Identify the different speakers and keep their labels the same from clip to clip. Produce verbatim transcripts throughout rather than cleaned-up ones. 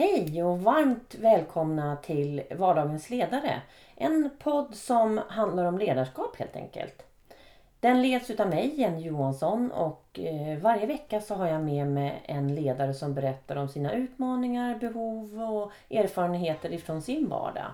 Speaker 1: Hej och varmt välkomna till Vardagens ledare. En podd som handlar om ledarskap helt enkelt. Den leds utav mig, Jenny Johansson, och varje vecka så har jag med mig en ledare som berättar om sina utmaningar, behov och erfarenheter ifrån sin vardag.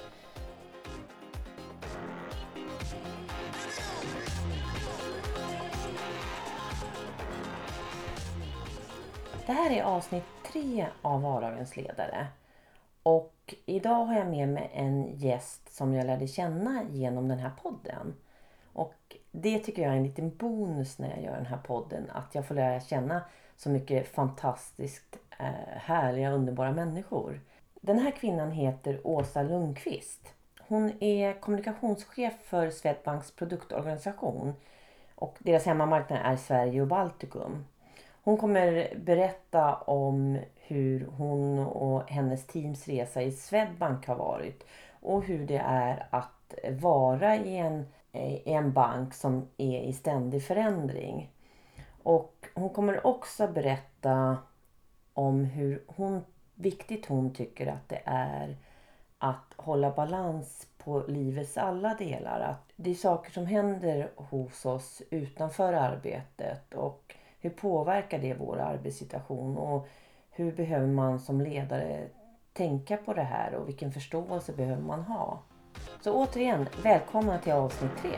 Speaker 1: Det här är avsnitt tre av Vardagens ledare. Och idag har jag med mig en gäst som jag lärde känna genom den här podden. Och det tycker jag är en liten bonus när jag gör den här podden. Att jag får lära känna så mycket fantastiskt eh, härliga, underbara människor. Den här kvinnan heter Åsa Lundqvist. Hon är kommunikationschef för Swedbanks produktorganisation. Och deras hemmamarknad är Sverige och Baltikum. Hon kommer berätta om hur hon och hennes teams resa i Swedbank har varit. Och hur det är att vara i en, i en bank som är i ständig förändring. Och hon kommer också berätta om hur hon, viktigt hon tycker att det är att hålla balans på livets alla delar. Att det är saker som händer hos oss utanför arbetet och hur påverkar det vår arbetssituation och hur behöver man som ledare tänka på det här och vilken förståelse behöver man ha. Så återigen, välkomna till avsnitt tre.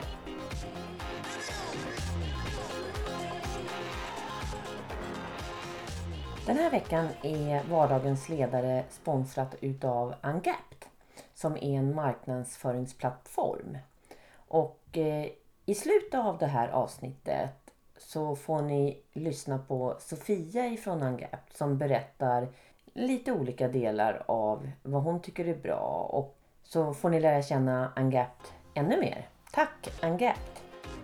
Speaker 1: Den här veckan är Vardagens ledare sponsrat utav Angapt som är en marknadsföringsplattform. Och eh, i slutet av det här avsnittet så får ni lyssna på Sofia ifrån Angapt som berättar lite olika delar av vad hon tycker är bra. Och så får ni lära känna Angapt ännu mer. Tack Angapt!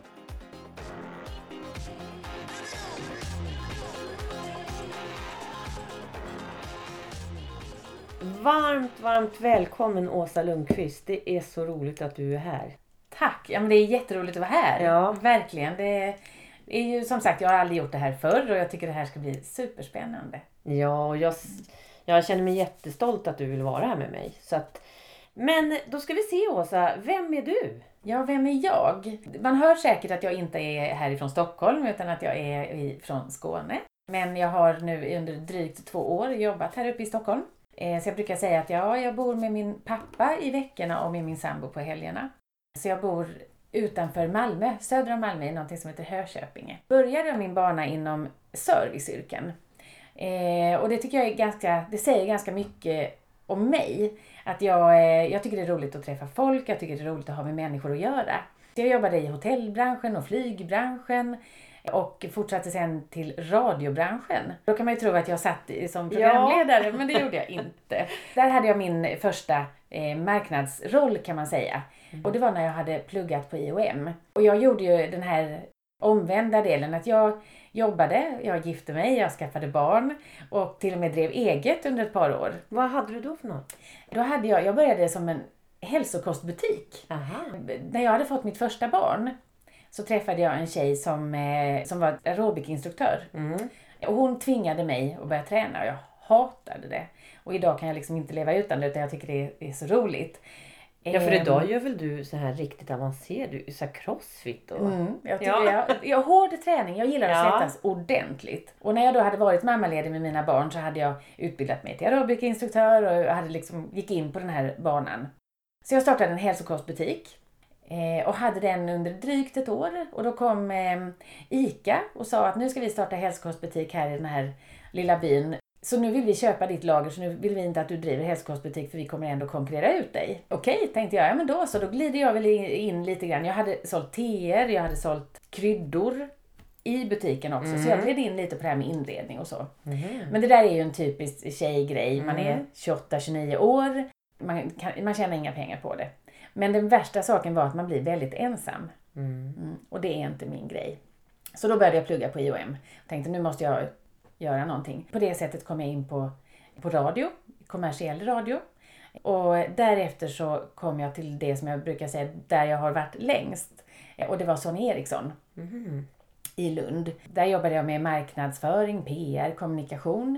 Speaker 1: Varmt, varmt välkommen Åsa Lundqvist. Det är så roligt att du är här.
Speaker 2: Tack! Ja, men det är jätteroligt att vara här.
Speaker 1: Ja.
Speaker 2: Verkligen. Det är ju som sagt, jag har aldrig gjort det här förr och jag tycker det här ska bli superspännande.
Speaker 1: Ja, och jag, jag känner mig jättestolt att du vill vara här med mig. Så att, men då ska vi se Åsa, vem är du?
Speaker 2: Ja, vem är jag? Man hör säkert att jag inte är härifrån Stockholm utan att jag är från Skåne. Men jag har nu under drygt två år jobbat här uppe i Stockholm. Så jag brukar säga att ja, jag bor med min pappa i veckorna och med min sambo på helgerna. Så jag bor utanför Malmö, söder om Malmö, i någonting som heter Hököpinge. Började jag min bana inom serviceyrken. Eh, och det tycker jag är ganska, det säger ganska mycket om mig. Att jag, eh, jag tycker det är roligt att träffa folk, jag tycker det är roligt att ha med människor att göra. Så jag jobbade i hotellbranschen och flygbranschen. Och fortsatte sen till radiobranschen. Då kan man ju tro att jag satt som programledare, ja. Men det gjorde jag inte. Där hade jag min första eh, marknadsroll kan man säga. Mm. Och det var när jag hade pluggat på I O M. Och jag gjorde ju den här omvända delen att jag jobbade, jag gifte mig, jag skaffade barn och till och med drev eget under ett par år.
Speaker 1: Vad hade du då för något?
Speaker 2: Då hade jag, jag började som en hälsokostbutik.
Speaker 1: Aha.
Speaker 2: När jag hade fått mitt första barn så träffade jag en tjej som, eh, som var aerobikinstruktör. Mm. Och hon tvingade mig att börja träna och jag hatade det. Och idag kan jag liksom inte leva utan det utan jag tycker det är så roligt.
Speaker 1: Ja, för idag gör väl du så här riktigt avancerad, du så här crossfit och...
Speaker 2: Mm, jag tycker ja. jag, jag hård träning, jag gillar att ja. svettas ordentligt. Och när jag då hade varit mammaledig med mina barn så hade jag utbildat mig till aerobikinstruktör och jag hade liksom, gick in på den här banan. Så jag startade en hälsokostbutik. Eh, och hade den under drygt ett år. Och då kom eh, ICA och sa att nu ska vi starta hälsokostbutik här i den här lilla byn. Så nu vill vi köpa ditt lager så nu vill vi inte att du driver hälsokostbutik för vi kommer ändå konkurrera ut dig. Okej, tänkte jag. Ja men då så, då glider jag väl in lite grann. Jag hade sålt teer, jag hade sålt kryddor i butiken också. Mm. Så jag gled in lite på det här med inredning och så. Mm. Men det där är ju en typisk tjejgrej. Man är tjugoåtta tjugonio år. Man, kan, man tjänar inga pengar på det. Men den värsta saken var att man blir väldigt ensam. Mm. Mm, och det är inte min grej. Så då började jag plugga på I O M. Jag tänkte nu måste jag göra någonting. På det sättet kom jag in på, på radio, kommersiell radio. Och därefter så kom jag till det som jag brukar säga där jag har varit längst. Och det var Sony Ericsson mm. i Lund. Där jobbade jag med marknadsföring, P R, kommunikation.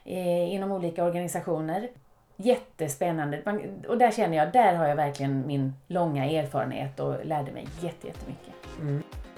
Speaker 2: eh, inom olika organisationer. Jättespännande. Man, och där känner jag, där har jag verkligen min långa erfarenhet och lärde mig jätte, jättemycket. Mm.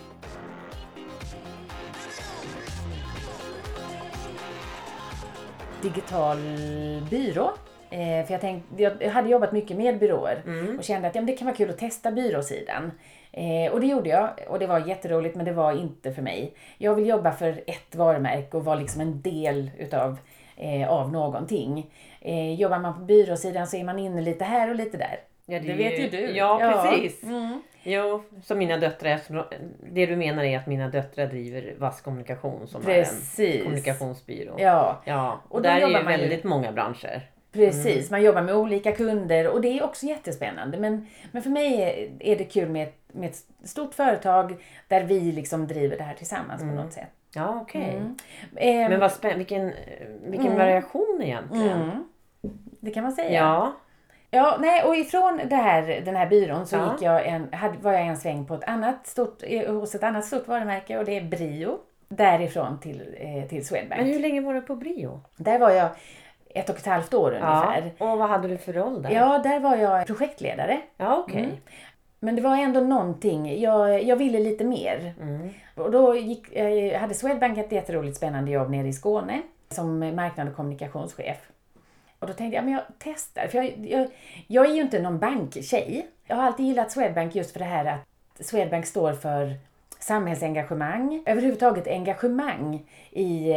Speaker 2: Digital byrå. Eh, för jag, tänkte, jag hade jobbat mycket med byråer mm. och kände att ja, men det kan vara kul att testa byråsidan. Eh, och det gjorde jag och det var jätteroligt, men det var inte för mig. Jag vill jobba för ett varumärke och vara liksom en del utav, eh, av någonting. Eh, jobbar man på byråsidan så är man inne lite här och lite där.
Speaker 1: Ja, det,
Speaker 2: det vet ju du.
Speaker 1: Ja, precis. Ja. Mm. Jo, som mina döttrar, det du menar är att mina döttrar driver Vass Kommunikation som precis. Är en kommunikationsbyrå.
Speaker 2: Ja.
Speaker 1: Ja, och, och där är ju väldigt ju... många branscher.
Speaker 2: Precis, mm. man jobbar med olika kunder och det är också jättespännande. Men, men för mig är, är det kul med, med ett stort företag där vi liksom driver det här tillsammans mm. på något sätt.
Speaker 1: Ja, okej. Okay. Mm. Eh, men vad spä- vilken, vilken mm. variation egentligen. Mm.
Speaker 2: Det kan man säga.
Speaker 1: Ja.
Speaker 2: Ja, nej, och ifrån det här, den här byrån så ja. gick jag en, hade, var jag en sväng på ett annat stort, hos ett annat stort varumärke och det är Brio. Därifrån till, eh, till Swedbank.
Speaker 1: Men hur länge var du på Brio?
Speaker 2: Där var jag ett och ett halvt år ungefär.
Speaker 1: Ja. Och vad hade du för roll där?
Speaker 2: Ja, där var jag projektledare.
Speaker 1: Ja, okej. Okay. Mm.
Speaker 2: Men det var ändå någonting, jag, jag ville lite mer. Mm. Och då gick, jag hade Swedbank ett jätteroligt spännande jobb nere i Skåne som marknad- och kommunikationschef. Och då tänkte jag, men jag testar. För jag, jag, jag är ju inte någon banktjej. Jag har alltid gillat Swedbank just för det här att Swedbank står för samhällsengagemang. Överhuvudtaget engagemang i,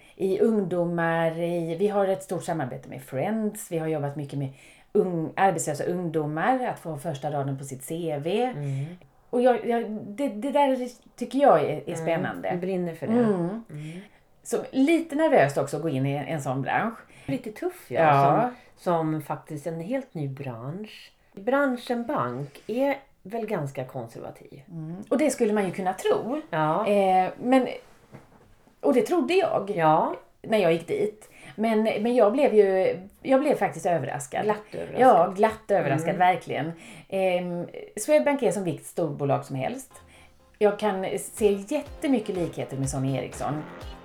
Speaker 2: i ungdomar. I, vi har ett stort samarbete med Friends. Vi har jobbat mycket med ung, arbetslösa ungdomar. Att få första raden på sitt C V. Mm. Och jag, jag, det, det där tycker jag är, är spännande.
Speaker 1: Mm, du brinner för det. Mm. Mm.
Speaker 2: Så lite nervöst också att gå in i en, en sån bransch.
Speaker 1: Lite tuff, ja. ja. Som, som faktiskt en helt ny bransch. Branschen bank är väl ganska konservativ.
Speaker 2: Mm. Och det skulle man ju kunna tro.
Speaker 1: Ja.
Speaker 2: Eh, men, och det trodde jag
Speaker 1: ja.
Speaker 2: när jag gick dit. Men, men jag blev ju jag blev faktiskt överraskad.
Speaker 1: Glatt överraskad.
Speaker 2: Ja, glatt överraskad, mm. verkligen. Eh, Swedbank är som vilket storbolag som helst. Jag kan se jättemycket likheter med Sony Ericsson.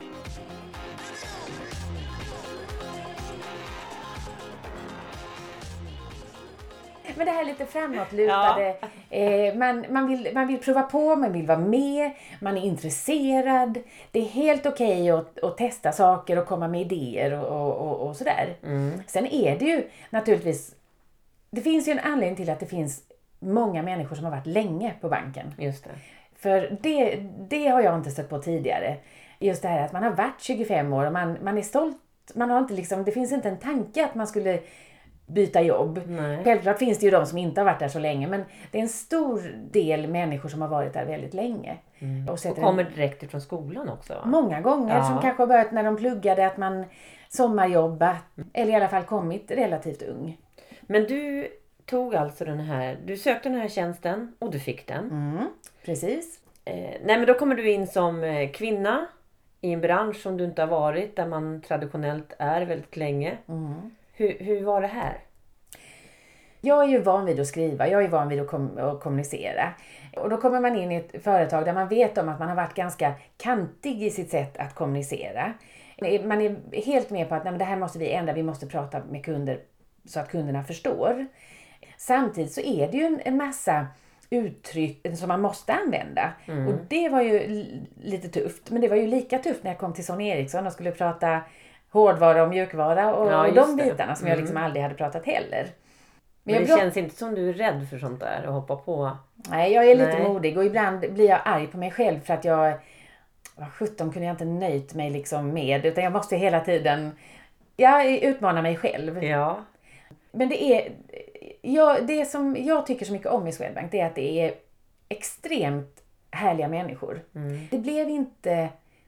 Speaker 2: Men det här lite framåtlutade. Ja. Eh, man, man, vill, man vill prova på, man vill vara med, man är intresserad. Det är helt okej att, att testa saker och komma med idéer och, och, och, och sådär. Mm. Sen är det ju naturligtvis, det finns ju en anledning till att det finns många människor som har varit länge på banken.
Speaker 1: Just det.
Speaker 2: För det, det har jag inte stött på tidigare. Just det här att man har varit tjugofem år och man, man är stolt. Man har inte liksom, det finns inte en tanke att man skulle byta jobb. Nej. Självklart finns det ju de som inte har varit där så länge, men det är en stor del människor som har varit där väldigt länge.
Speaker 1: Mm. Och, och kommer direkt ifrån skolan också, va?
Speaker 2: Många gånger, ja. Som kanske har börjat när de pluggade, att man sommarjobbat mm. eller i alla fall kommit relativt ung.
Speaker 1: Men du tog alltså den här, du sökte den här tjänsten och du fick den.
Speaker 2: Mm. Precis.
Speaker 1: Eh, nej men då kommer du in som kvinna i en bransch som du inte har varit, där man traditionellt är väldigt länge. Mm. Hur, hur var det här?
Speaker 2: Jag är ju van vid att skriva, jag är van vid att, kom, att kommunicera. Och då kommer man in i ett företag där man vet om att man har varit ganska kantig i sitt sätt att kommunicera. Man är helt med på att nej, men det här måste vi ändra, vi måste prata med kunder så att kunderna förstår. Samtidigt så är det ju en, en massa uttryck som man måste använda. Mm. Och det var ju l- lite tufft, men det var ju lika tufft när jag kom till Sony Ericsson och skulle prata hårdvara och mjukvara och, ja, och de bitarna som mm. jag liksom aldrig hade pratat heller.
Speaker 1: Men, men det jag känns inte som du är rädd för sånt där och hoppa på.
Speaker 2: Nej, jag är lite Nej. modig och ibland blir jag arg på mig själv för att jag sjutton kunde jag inte nöjt mig liksom med, utan jag måste hela tiden jag utmana mig själv.
Speaker 1: Ja.
Speaker 2: Men det är ja, det som jag tycker så mycket om i Swedbank, det är att det är extremt härliga människor. Mm. Det blev inte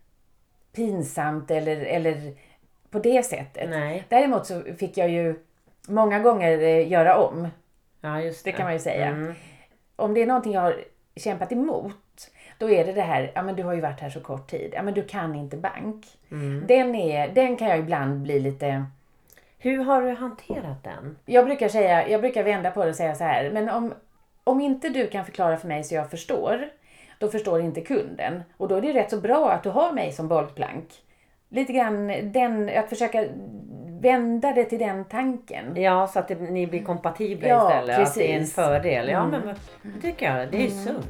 Speaker 2: pinsamt eller eller på det sättet.
Speaker 1: Nej.
Speaker 2: Däremot så fick jag ju många gånger göra om.
Speaker 1: Ja, just det.
Speaker 2: Det kan man ju säga.
Speaker 1: Mm.
Speaker 2: Om det är någonting jag har kämpat emot, då är det det här, ja men du har ju varit här så kort tid. Ja men du kan inte bank. Mm. Den, är, den kan jag ibland bli lite...
Speaker 1: Hur har du hanterat den?
Speaker 2: Jag brukar säga, jag brukar vända på det och säga så här, men om, om inte du kan förklara för mig så jag förstår, då förstår inte kunden. Och då är det rätt så bra att du har mig som bollplank. lite grann den, att försöka vända det till den tanken.
Speaker 1: Ja, så att det, ni blir kompatibla
Speaker 2: ja,
Speaker 1: istället.
Speaker 2: Precis.
Speaker 1: Att det är en fördel. Ja,
Speaker 2: Mm.
Speaker 1: men det tycker jag. Det är mm. sunt.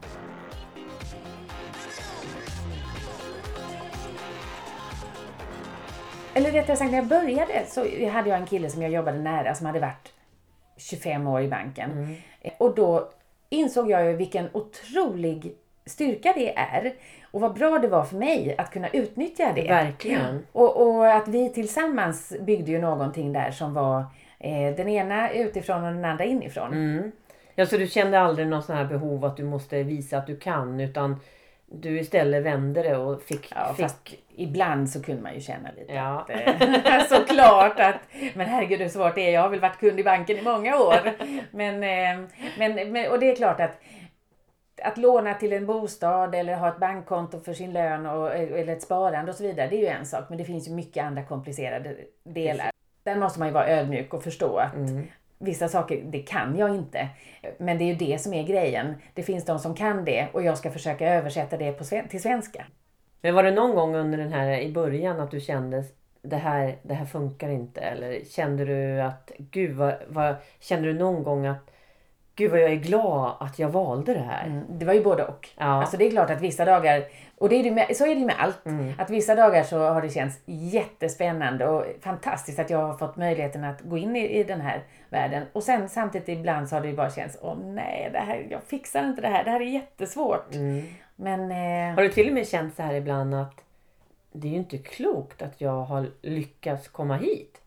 Speaker 2: Eller rättare sagt, när jag började så hade jag en kille som jag jobbade nära som hade varit tjugofem år i banken. Mm. Och då insåg jag ju vilken otrolig styrka det är. Och vad bra det var för mig att kunna utnyttja det.
Speaker 1: Verkligen.
Speaker 2: Och, och att vi tillsammans byggde ju någonting där som var eh, den ena utifrån och den andra inifrån.
Speaker 1: Mm. Ja, så du kände aldrig någon sån här behov att du måste visa att du kan, utan du istället vände det och fick...
Speaker 2: Ja,
Speaker 1: fick...
Speaker 2: fast ibland så kunde man ju känna lite
Speaker 1: ja.
Speaker 2: att, eh, såklart att, men herregud hur svårt det är, jag har väl varit kund i banken i många år. Men, eh, men, men, och det är klart att att låna till en bostad eller ha ett bankkonto för sin lön och, eller ett sparande och så vidare, det är ju en sak. Men det finns ju mycket andra komplicerade delar. Där måste man ju vara ödmjuk och förstå att mm. vissa saker, det kan jag inte. Men det är ju det som är grejen. Det finns de som kan det och jag ska försöka översätta det på, till svenska.
Speaker 1: Men var det någon gång under den här i början att du kände det här, det här funkar inte? Eller kände du att, gud vad, vad kände du någon gång att gud vad jag är glad att jag valde det här.
Speaker 2: Mm, det var ju både och.
Speaker 1: Ja.
Speaker 2: Alltså det är klart att vissa dagar, och det är det med, så är det ju med allt. Mm. Att vissa dagar så har det känts jättespännande och fantastiskt att jag har fått möjligheten att gå in i, i den här världen. Och sen samtidigt ibland så har det ju bara känts, åh nej, det här, jag fixar inte det här, det här är jättesvårt. Mm. Men, eh...
Speaker 1: Har du till och med känt så här ibland att det är ju inte klokt att jag har lyckats komma hit?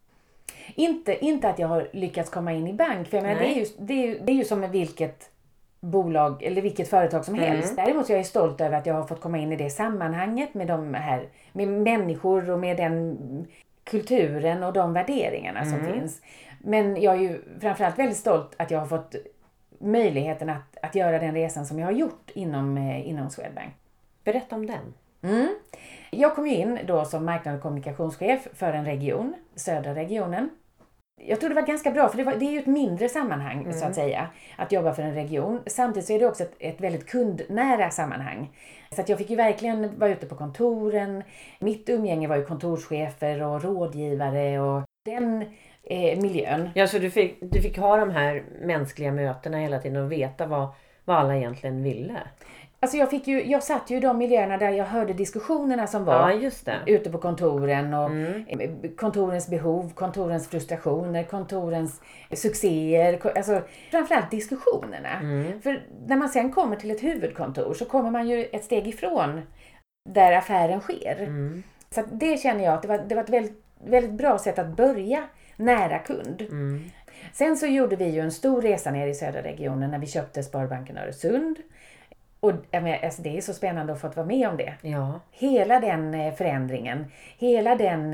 Speaker 2: Inte, inte att jag har lyckats komma in i bank. För jag menar, det, är ju, det, är ju, det är ju som med vilket bolag eller vilket företag som helst. Mm. Däremot är jag stolt över att jag har fått komma in i det sammanhanget med de här, med människor och med den kulturen och de värderingarna mm. som finns. Men jag är ju framförallt väldigt stolt att jag har fått möjligheten att, att göra den resan som jag har gjort inom, inom Swedbank.
Speaker 1: Berätta om den.
Speaker 2: Mm. Jag kom ju in då som marknad- och kommunikationschef för en region, södra regionen. Jag tror det var ganska bra, för det, var, det är ju ett mindre sammanhang mm. så att säga, att jobba för en region. Samtidigt så är det också ett, ett väldigt kundnära sammanhang. Så att jag fick ju verkligen vara ute på kontoren. Mitt umgänge var ju kontorschefer och rådgivare och den eh, miljön.
Speaker 1: Ja, så du fick, du fick ha de här mänskliga mötena hela tiden och veta vad, vad alla egentligen ville.
Speaker 2: Alltså jag, fick ju, jag satt ju i de miljöerna där jag hörde diskussionerna som var
Speaker 1: ja, just det.
Speaker 2: ute på kontoren. Och
Speaker 1: mm.
Speaker 2: kontorens behov, kontorens frustrationer, kontorens succéer. Alltså framförallt diskussionerna. Mm. För när man sen kommer till ett huvudkontor så kommer man ju ett steg ifrån där affären sker. Mm. Så det känner jag att det var, det var ett väldigt, väldigt bra sätt att börja nära kund. Mm. Sen så gjorde vi ju en stor resa ner i södra regionen när vi köpte Sparbanken Öresund. Och alltså, det är så spännande att få vara med om det.
Speaker 1: Ja.
Speaker 2: Hela den förändringen. Hela den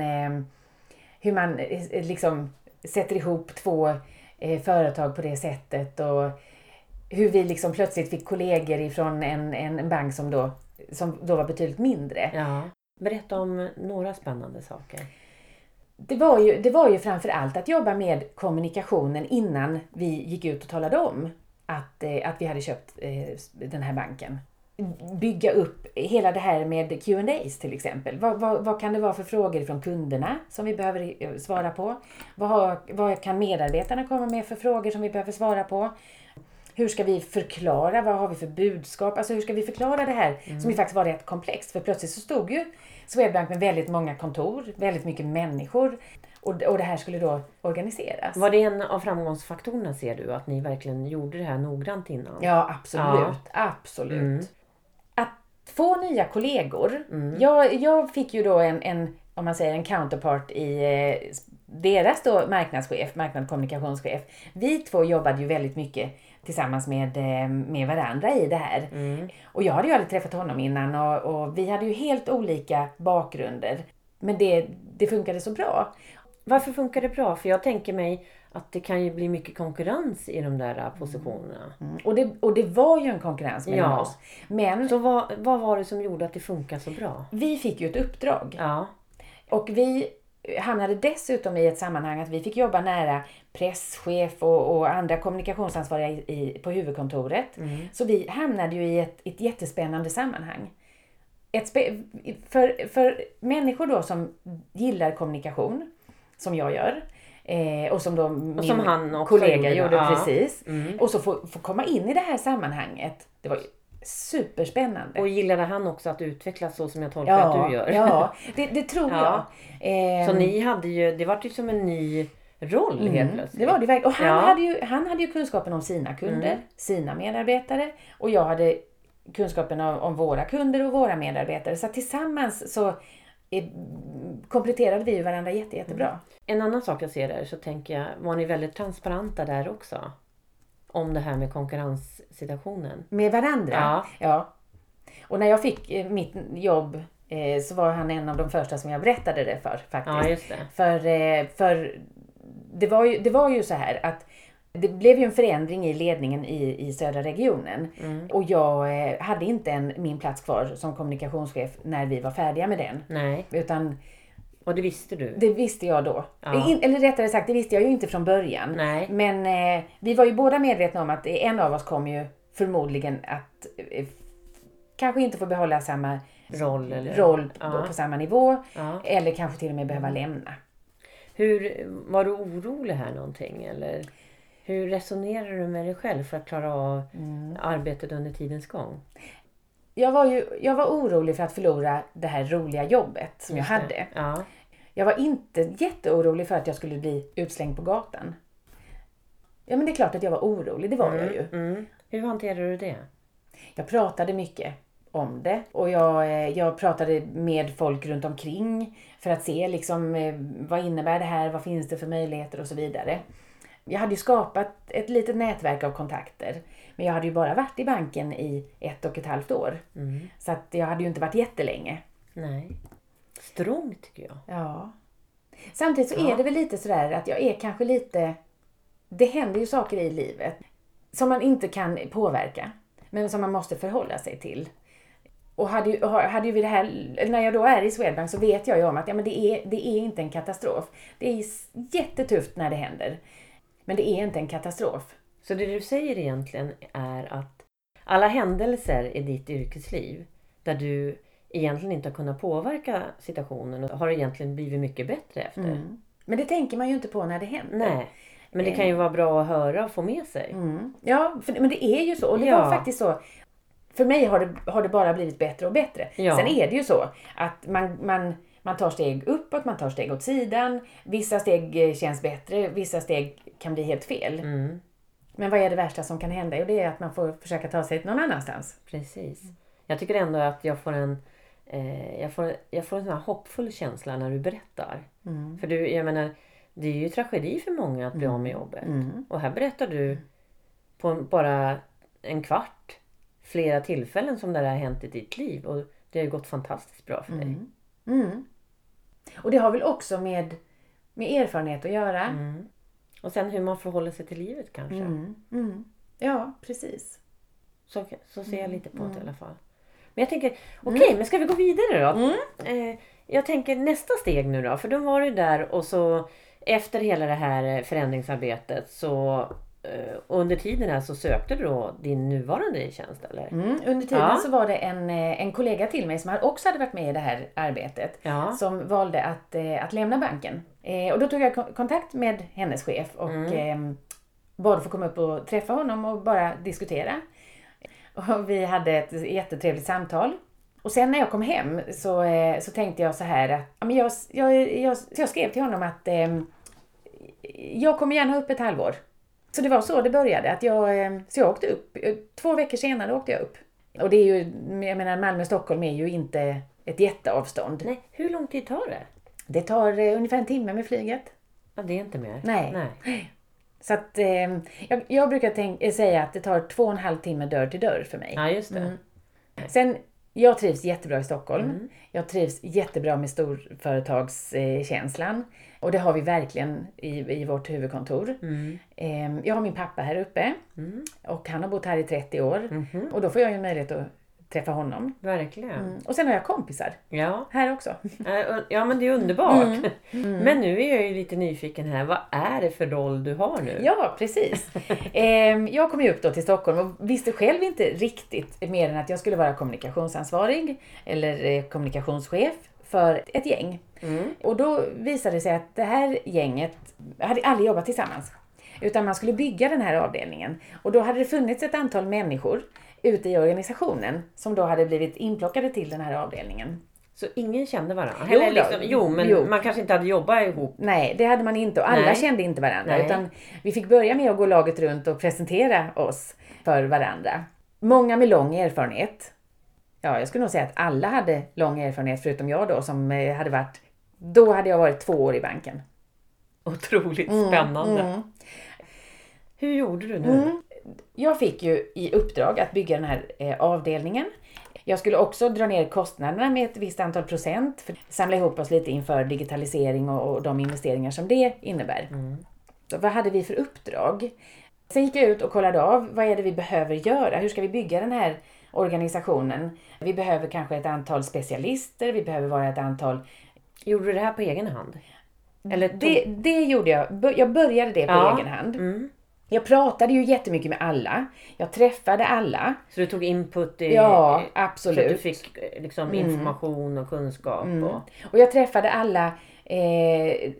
Speaker 2: hur man liksom sätter ihop två företag på det sättet. Och hur vi liksom plötsligt fick kollegor ifrån en, en bank som då, som då var betydligt mindre.
Speaker 1: Ja. Berätta om några spännande saker.
Speaker 2: Det var ju, det var ju framför allt att jobba med kommunikationen innan vi gick ut och talade om Att, eh, att vi hade köpt eh, den här banken. Bygga upp hela det här med Q and A's till exempel. Vad, vad, vad kan det vara för frågor från kunderna som vi behöver svara på? Vad, har, vad kan medarbetarna komma med för frågor som vi behöver svara på? Hur ska vi förklara? Vad har vi för budskap? Alltså hur ska vi förklara det här mm. som ju faktiskt var rätt komplext? För plötsligt så stod ju Swedbank med väldigt många kontor, väldigt mycket människor. Och, och det här skulle då organiseras.
Speaker 1: Var det en av framgångsfaktorerna, ser du? Att ni verkligen gjorde det här noggrant innan?
Speaker 2: Ja, absolut. Ja. Absolut. Mm. Att få nya kollegor. Mm. Jag, jag fick ju då en, en, om man säger en counterpart i eh, deras då marknadschef, marknadskommunikationschef. Vi två jobbade ju väldigt mycket tillsammans med, med varandra i det här. Mm. Och jag hade ju aldrig träffat honom innan och, och vi hade ju helt olika bakgrunder. Men det, det funkade så bra.
Speaker 1: Varför funkar det bra? För jag tänker mig att det kan ju bli mycket konkurrens i de där positionerna.
Speaker 2: Mm. Och, det, och det var ju en konkurrens mellan
Speaker 1: ja.
Speaker 2: oss. Men
Speaker 1: så vad, vad var det som gjorde att det funkar så bra?
Speaker 2: Vi fick ju ett uppdrag.
Speaker 1: Ja.
Speaker 2: Och vi hamnade dessutom i ett sammanhang att vi fick jobba nära presschef och, och andra kommunikationsansvariga i, i, på huvudkontoret. Mm. Så vi hamnade ju i ett, ett jättespännande sammanhang. ett spe- för, för människor då som gillar kommunikation, som jag gör, eh, och som då min
Speaker 1: och som han också
Speaker 2: kollega
Speaker 1: gjorde,
Speaker 2: gjorde,
Speaker 1: ja.
Speaker 2: precis.
Speaker 1: Mm.
Speaker 2: Och så få, få komma in i det här sammanhanget. Det var ju superspännande.
Speaker 1: Och gillade han också att utvecklas så som jag tolkar
Speaker 2: ja,
Speaker 1: att du gör?
Speaker 2: Ja, det, det tror
Speaker 1: Ja.
Speaker 2: jag. Eh,
Speaker 1: Så ni hade ju, det var ju som en ny roll helt
Speaker 2: mm,
Speaker 1: plötsligt.
Speaker 2: det var det verkligen. Och han,
Speaker 1: Ja.
Speaker 2: hade ju, han hade ju kunskapen om sina kunder,
Speaker 1: Mm.
Speaker 2: sina medarbetare. Och jag hade kunskapen om, om våra kunder och våra medarbetare. Så tillsammans så eh, kompletterade vi ju varandra jätte, jättebra.
Speaker 1: En annan sak jag ser där, så tänker jag, var ni väldigt transparenta där också? Om det här med konkurrenssituationen.
Speaker 2: Med varandra.
Speaker 1: Ja.
Speaker 2: ja. Och när jag fick eh, mitt jobb eh, så var han en av de första som jag berättade det för faktiskt.
Speaker 1: Ja, just det.
Speaker 2: För, eh, för det, var ju, det var ju så här att det blev ju en förändring i ledningen i, i södra regionen.
Speaker 1: Mm.
Speaker 2: Och jag eh, hade inte en, min plats kvar som kommunikationschef när vi var färdiga med den.
Speaker 1: Nej,
Speaker 2: Utan
Speaker 1: och det visste du.
Speaker 2: det visste jag då.
Speaker 1: Ja.
Speaker 2: In, eller rättare sagt, det visste jag ju inte från början.
Speaker 1: Nej.
Speaker 2: Men eh, vi var ju båda medvetna om att en av oss kommer ju förmodligen att eh, kanske inte få behålla samma
Speaker 1: Roll eller?
Speaker 2: roll
Speaker 1: Ja.
Speaker 2: då på samma nivå.
Speaker 1: Ja.
Speaker 2: Eller kanske till och med behöva lämna.
Speaker 1: Hur, var du orolig här någonting? Eller hur resonerar du med dig själv för att klara av arbetet under tidens gång?
Speaker 2: Jag var ju jag var orolig för att förlora det här roliga jobbet som
Speaker 1: Just
Speaker 2: jag
Speaker 1: det.
Speaker 2: hade.
Speaker 1: Ja.
Speaker 2: Jag var inte jätteorolig för att jag skulle bli utslängd på gatan. Ja, men det är klart att jag var orolig, det var jag ju.
Speaker 1: Mm. Hur hanterade du det?
Speaker 2: Jag pratade mycket om det och jag, eh, jag pratade med folk runt omkring för att se liksom, eh, vad innebär det här, vad finns det för möjligheter och så vidare. Jag hade ju skapat ett litet nätverk av kontakter, men jag hade ju bara varit i banken i ett och ett halvt år.
Speaker 1: Mm.
Speaker 2: Så att jag hade ju inte varit jättelänge.
Speaker 1: Nej. Strångt tycker jag.
Speaker 2: Ja. Samtidigt så
Speaker 1: Ja.
Speaker 2: är det väl lite sådär att jag är kanske lite... Det händer ju saker i livet som man inte kan påverka, men som man måste förhålla sig till. Och hade ju, hade ju vid det här, när jag då är i Swedbank så vet jag ju om att ja, men det, är, det är inte en katastrof. Det är jättetufft när det händer, men det är inte en katastrof.
Speaker 1: Så det du säger egentligen är att alla händelser i ditt yrkesliv där du egentligen inte har kunnat påverka situationen och har egentligen blivit mycket bättre efter.
Speaker 2: Mm. Men det tänker man ju inte på när det händer.
Speaker 1: Nej, men det kan ju vara bra att höra och få med sig.
Speaker 2: Mm. Ja, för, men det är ju så. Och det
Speaker 1: Ja.
Speaker 2: var faktiskt så. För mig har det, har det bara blivit bättre och bättre.
Speaker 1: Ja.
Speaker 2: Sen är det ju så att man, man, man tar steg uppåt, man tar steg åt sidan. Vissa steg känns bättre, vissa steg kan bli helt fel.
Speaker 1: Mm.
Speaker 2: Men vad är det värsta som kan hända? Jo, det är att man får försöka ta sig någon annanstans.
Speaker 1: Precis. Jag tycker ändå att jag får en eh, jag får, jag får en sån här hoppfull känsla när du berättar.
Speaker 2: Mm.
Speaker 1: För du, jag menar, det är ju tragedi för många att bli av med jobbet.
Speaker 2: Mm.
Speaker 1: Och här berättar du på bara en kvart flera tillfällen som det här har hänt i ditt liv. Och det har ju gått fantastiskt bra för dig.
Speaker 2: Mm. Mm. Och det har väl också med, med erfarenhet att göra.
Speaker 1: Mm. Och sen hur man förhåller sig till livet kanske.
Speaker 2: Mm. Mm. Ja, precis.
Speaker 1: Så, så ser jag lite på
Speaker 2: Mm.
Speaker 1: det i alla fall. Men jag tänker, okej, okay, men ska vi gå vidare då?
Speaker 2: Mm.
Speaker 1: Eh, jag tänker nästa steg nu då. För då var du där och så efter hela det här förändringsarbetet så eh, under tiden här så sökte du då din nuvarande tjänst eller?
Speaker 2: Mm. Under tiden
Speaker 1: Ja.
Speaker 2: så var det en, eh, en kollega till mig som också hade varit med i det här arbetet.
Speaker 1: Ja.
Speaker 2: Som valde att, eh, att lämna banken. Eh, och då tog jag ko- kontakt med hennes chef och
Speaker 1: Mm.
Speaker 2: eh, bad att få komma upp och träffa honom och bara diskutera. Och vi hade ett jättetrevligt samtal. Och sen när jag kom hem så, eh, så tänkte jag så här att ja, men jag, jag, jag, jag skrev till honom att eh, jag kommer gärna upp ett halvår. Så det var så det började. Att jag, eh, så jag åkte upp. Två veckor senare åkte jag upp. Och det är ju, jag menar Malmö-Stockholm är ju inte ett jätteavstånd.
Speaker 1: Nej, hur lång tid tar det?
Speaker 2: Det tar eh, ungefär en timme med flyget.
Speaker 1: Ja, det är inte mer.
Speaker 2: Nej.
Speaker 1: Nej.
Speaker 2: Så att eh, jag, jag brukar tänk, säga att det tar två och en halv timme dörr till dörr för mig.
Speaker 1: Ja, just det.
Speaker 2: Mm. Sen, jag trivs jättebra i Stockholm.
Speaker 1: Mm.
Speaker 2: Jag trivs jättebra med storföretagskänslan. Och det har vi verkligen i, i vårt huvudkontor.
Speaker 1: Mm.
Speaker 2: Eh, jag har min pappa här uppe.
Speaker 1: Mm.
Speaker 2: Och han har bott här i trettio år.
Speaker 1: Mhm.
Speaker 2: Och då får jag ju en möjlighet att träffa honom.
Speaker 1: Verkligen.
Speaker 2: Mm. Och sen har jag kompisar.
Speaker 1: Ja.
Speaker 2: Här också.
Speaker 1: Ja, men det är underbart.
Speaker 2: Mm. Mm.
Speaker 1: Men nu är jag ju lite nyfiken här. Vad är det för roll du har nu?
Speaker 2: Ja, precis. Jag kom ju upp då till Stockholm och visste själv inte riktigt mer än att jag skulle vara kommunikationsansvarig eller kommunikationschef för ett gäng. Mm. Och då visade det sig att det här gänget hade aldrig jobbat tillsammans. Utan man skulle bygga den här avdelningen. Och då hade det funnits ett antal människor ute i organisationen som då hade blivit inplockade till den här avdelningen.
Speaker 1: Så ingen kände varandra?
Speaker 2: Jo,
Speaker 1: Eller liksom, jo men jo. Man kanske inte hade jobbat ihop.
Speaker 2: Nej, det hade man inte. Och alla Nej. kände inte varandra. Nej. Utan vi fick börja med att gå laget runt och presentera oss för varandra. Många med lång erfarenhet. Ja, jag skulle nog säga att alla hade lång erfarenhet förutom jag då som hade varit... Då hade jag varit två år i banken.
Speaker 1: Otroligt spännande. Mm, mm. Hur gjorde du nu? Mm.
Speaker 2: Jag fick ju i uppdrag att bygga den här eh, avdelningen. Jag skulle också dra ner kostnaderna med ett visst antal procent. För att samla ihop oss lite inför digitalisering och, och de investeringar som det innebär. Mm. Så vad hade vi för uppdrag? Sen gick jag ut och kollade av vad är det vi behöver göra. Hur ska vi bygga den här organisationen? Vi behöver kanske ett antal specialister. Vi behöver vara ett antal...
Speaker 1: Gjorde du det här på egen hand?
Speaker 2: Eller det, det gjorde jag. Jag började det på ja. egen hand. Mm. Jag pratade ju jättemycket med alla. Jag träffade alla.
Speaker 1: Så du tog input i...
Speaker 2: Ja, absolut.
Speaker 1: Så att du fick liksom information och kunskap.
Speaker 2: Mm.
Speaker 1: Och...
Speaker 2: och jag träffade alla eh,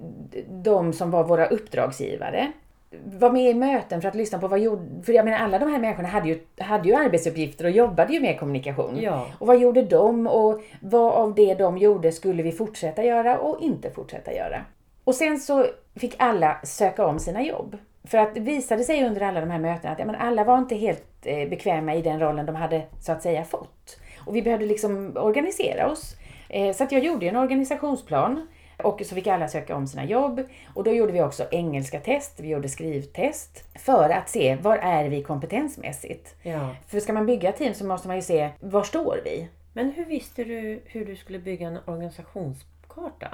Speaker 2: de som var våra uppdragsgivare. Var med i möten för att lyssna på vad gjorde... För jag menar alla de här människorna hade ju, hade ju arbetsuppgifter och jobbade ju med kommunikation.
Speaker 1: Ja.
Speaker 2: Och vad gjorde de och vad av det de gjorde skulle vi fortsätta göra och inte fortsätta göra. Och sen så fick alla söka om sina jobb. För att det visade sig under alla de här mötena att ja, men alla var inte helt eh, bekväma i den rollen de hade så att säga fått. Och vi behövde liksom organisera oss. Eh, så att jag gjorde en organisationsplan och så fick alla söka om sina jobb. Och då gjorde vi också engelska test, vi gjorde skrivtest för att se var är vi kompetensmässigt.
Speaker 1: Ja.
Speaker 2: För ska man bygga team så måste man ju se var står vi.
Speaker 1: Men hur visste du hur du skulle bygga en organisationskarta?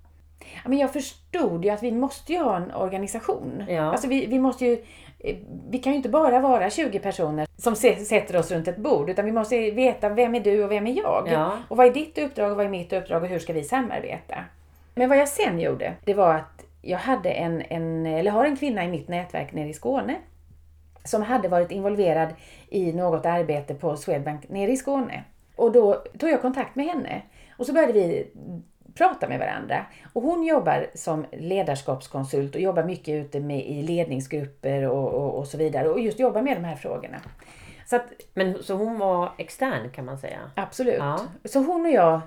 Speaker 2: Ja, men jag förstod ju att vi måste ju ha en organisation.
Speaker 1: Ja.
Speaker 2: Alltså vi, vi måste ju, vi kan ju inte bara vara tjugo personer som sätter oss runt ett bord. Utan vi måste veta vem är du och vem är jag.
Speaker 1: Ja.
Speaker 2: Och vad är ditt uppdrag och vad är mitt uppdrag och hur ska vi samarbeta. Men vad jag sen gjorde, det var att jag hade en, en eller har en kvinna i mitt nätverk nere i Skåne. Som hade varit involverad i något arbete på Swedbank nere i Skåne. Och då tog jag kontakt med henne. Och så började vi prata med varandra. Och hon jobbar som ledarskapskonsult och jobbar mycket ute med, i ledningsgrupper och, och, och så vidare. Och just jobbar med de här frågorna. Så att,
Speaker 1: Men så hon var extern kan man säga?
Speaker 2: Absolut.
Speaker 1: Ja.
Speaker 2: Så hon och jag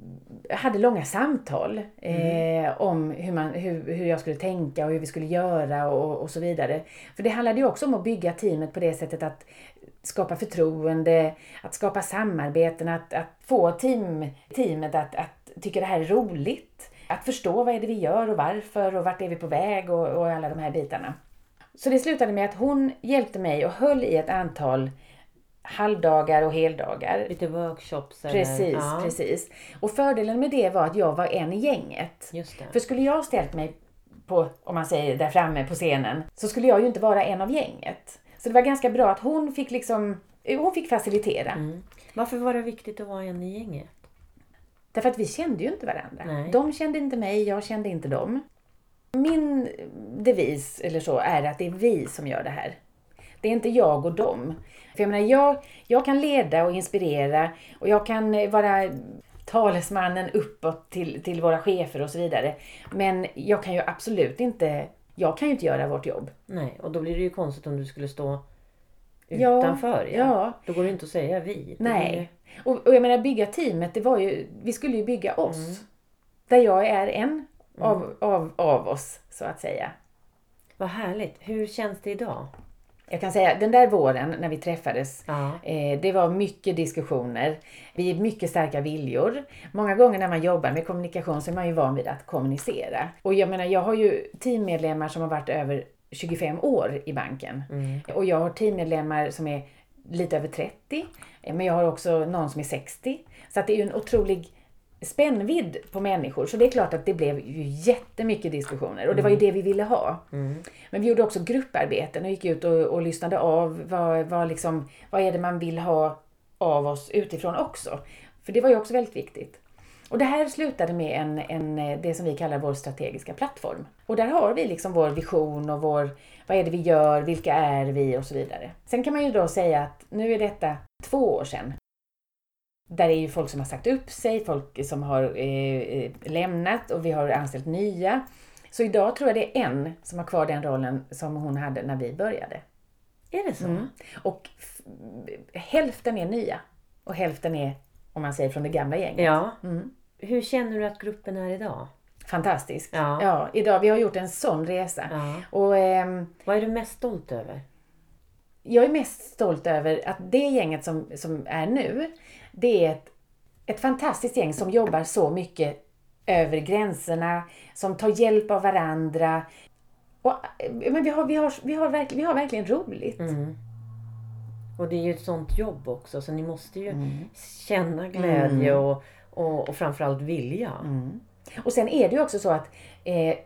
Speaker 2: hade långa samtal mm. eh, om hur, man, hur, hur jag skulle tänka och hur vi skulle göra och, och så vidare. För det handlade ju också om att bygga teamet på det sättet att skapa förtroende, att skapa samarbeten, att, att få team, teamet att, att tycka det här är roligt. Att förstå vad är det vi gör och varför och vart är vi på väg och, och alla de här bitarna. Så det slutade med att hon hjälpte mig och höll i ett antal halvdagar och heldagar.
Speaker 1: Lite workshops.
Speaker 2: Precis,
Speaker 1: eller? Ja.
Speaker 2: precis. Och fördelen med det var att jag var en i gänget.
Speaker 1: Just det.
Speaker 2: För skulle jag ställt mig på, om man säger där framme på scenen, så skulle jag ju inte vara en av gänget. Så det var ganska bra att hon fick liksom, hon fick facilitera.
Speaker 1: Mm. Varför var det viktigt att vara en i gänget?
Speaker 2: Därför att vi kände ju inte varandra.
Speaker 1: Nej.
Speaker 2: De kände inte mig, jag kände inte dem. Min devis eller så är att det är vi som gör det här. Det är inte jag och dem. För jag menar, jag, jag kan leda och inspirera och jag kan vara talesmannen uppåt till, till våra chefer och så vidare. Men jag kan ju absolut inte, jag kan ju inte göra vårt jobb.
Speaker 1: Nej, och då blir det ju konstigt om du skulle stå utanför.
Speaker 2: Ja, ja.
Speaker 1: Då går det inte att säga vi. Det
Speaker 2: Nej,
Speaker 1: blir...
Speaker 2: och, och jag menar bygga teamet, det var ju, vi skulle ju bygga oss. Mm. Där jag är en mm. av, av, av oss, så att säga.
Speaker 1: Vad härligt. Hur känns det idag?
Speaker 2: Jag kan säga, den där våren när vi träffades,
Speaker 1: ja.
Speaker 2: eh, det var mycket diskussioner. Vi är mycket starka viljor. Många gånger när man jobbar med kommunikation så är man ju van vid att kommunicera. Och jag menar, jag har ju teammedlemmar som har varit över tjugofem år i banken.
Speaker 1: Mm.
Speaker 2: Och jag har teammedlemmar som är lite över trettio. Men jag har också någon som är sextio. Så att det är ju en otrolig spännvidd på människor. Så det är klart att det blev ju jättemycket diskussioner. Och det var ju det vi ville ha.
Speaker 1: Mm.
Speaker 2: Men vi gjorde också grupparbeten och gick ut och, och lyssnade av vad, vad, liksom, vad är det man vill ha av oss utifrån också. För det var ju också väldigt viktigt. Och det här slutade med en, en, det som vi kallar vår strategiska plattform. Och där har vi liksom vår vision och vår, vad är det vi gör, vilka är vi och så vidare. Sen kan man ju då säga att nu är detta två år sedan. Där är ju folk som har sagt upp sig, folk som har eh, lämnat och vi har anställt nya. Så idag tror jag det är en som har kvar den rollen som hon hade när vi började.
Speaker 1: Är det så?
Speaker 2: Mm. Och f- hälften är nya och hälften är, om man säger, från det gamla gänget.
Speaker 1: Ja.
Speaker 2: Mm.
Speaker 1: Hur känner du att gruppen är idag?
Speaker 2: Fantastiskt.
Speaker 1: Ja.
Speaker 2: Ja, idag vi har gjort en sån resa.
Speaker 1: Ja.
Speaker 2: Och ehm,
Speaker 1: Vad är du mest stolt över?
Speaker 2: jag är mest stolt över att det gänget som, som är nu, det är ett, ett fantastiskt gäng som jobbar så mycket över gränserna, som tar hjälp av varandra. Och, men vi har, vi, har, vi, har verkligen, vi har verkligen roligt.
Speaker 1: Mm. Och det är ju ett sånt jobb också, så ni måste ju
Speaker 2: Mm.
Speaker 1: känna glädje
Speaker 2: Mm.
Speaker 1: och, och, och framförallt vilja.
Speaker 2: Mm. Och sen är det ju också så att eh,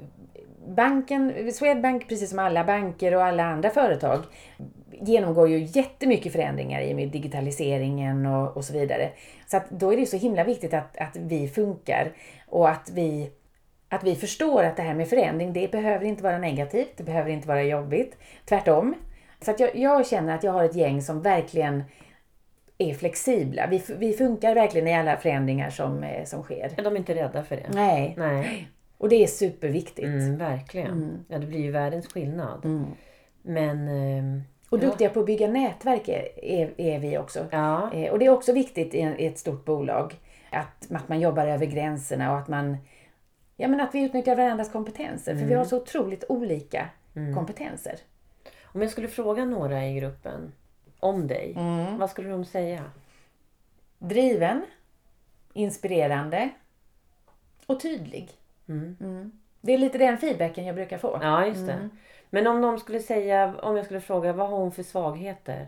Speaker 2: banken, Swedbank, precis som alla banker och alla andra företag, genomgår ju jättemycket förändringar i med digitaliseringen och, och så vidare. Så att då är det så himla viktigt att, att vi funkar och att vi, att vi förstår att det här med förändring, det behöver inte vara negativt, det behöver inte vara jobbigt, tvärtom. Så att jag, jag känner att jag har ett gäng som verkligen är flexibla. Vi, vi funkar verkligen i alla förändringar som, som sker.
Speaker 1: Är de inte rädda för det?
Speaker 2: Nej.
Speaker 1: Nej.
Speaker 2: Och det är superviktigt.
Speaker 1: Mm, verkligen.
Speaker 2: Mm.
Speaker 1: Ja, det blir ju världens skillnad.
Speaker 2: Mm.
Speaker 1: Men... ehm,
Speaker 2: Och
Speaker 1: ja.
Speaker 2: duktiga på att bygga nätverk är, är, är vi också.
Speaker 1: Ja.
Speaker 2: Eh, och det är också viktigt i, en, i ett stort bolag. Att, att man jobbar över gränserna och att man... Ja, men att vi utnyttjar varandras kompetenser. För vi har så otroligt olika
Speaker 1: Mm.
Speaker 2: kompetenser.
Speaker 1: Om jag skulle fråga några i gruppen om dig,
Speaker 2: Mm.
Speaker 1: vad skulle de säga?
Speaker 2: Driven, inspirerande och tydlig.
Speaker 1: Mm.
Speaker 2: Mm. Det är lite den feedbacken jag brukar få.
Speaker 1: Ja, just det.
Speaker 2: Mm.
Speaker 1: Men om de skulle säga, om jag skulle fråga, vad har hon för svagheter?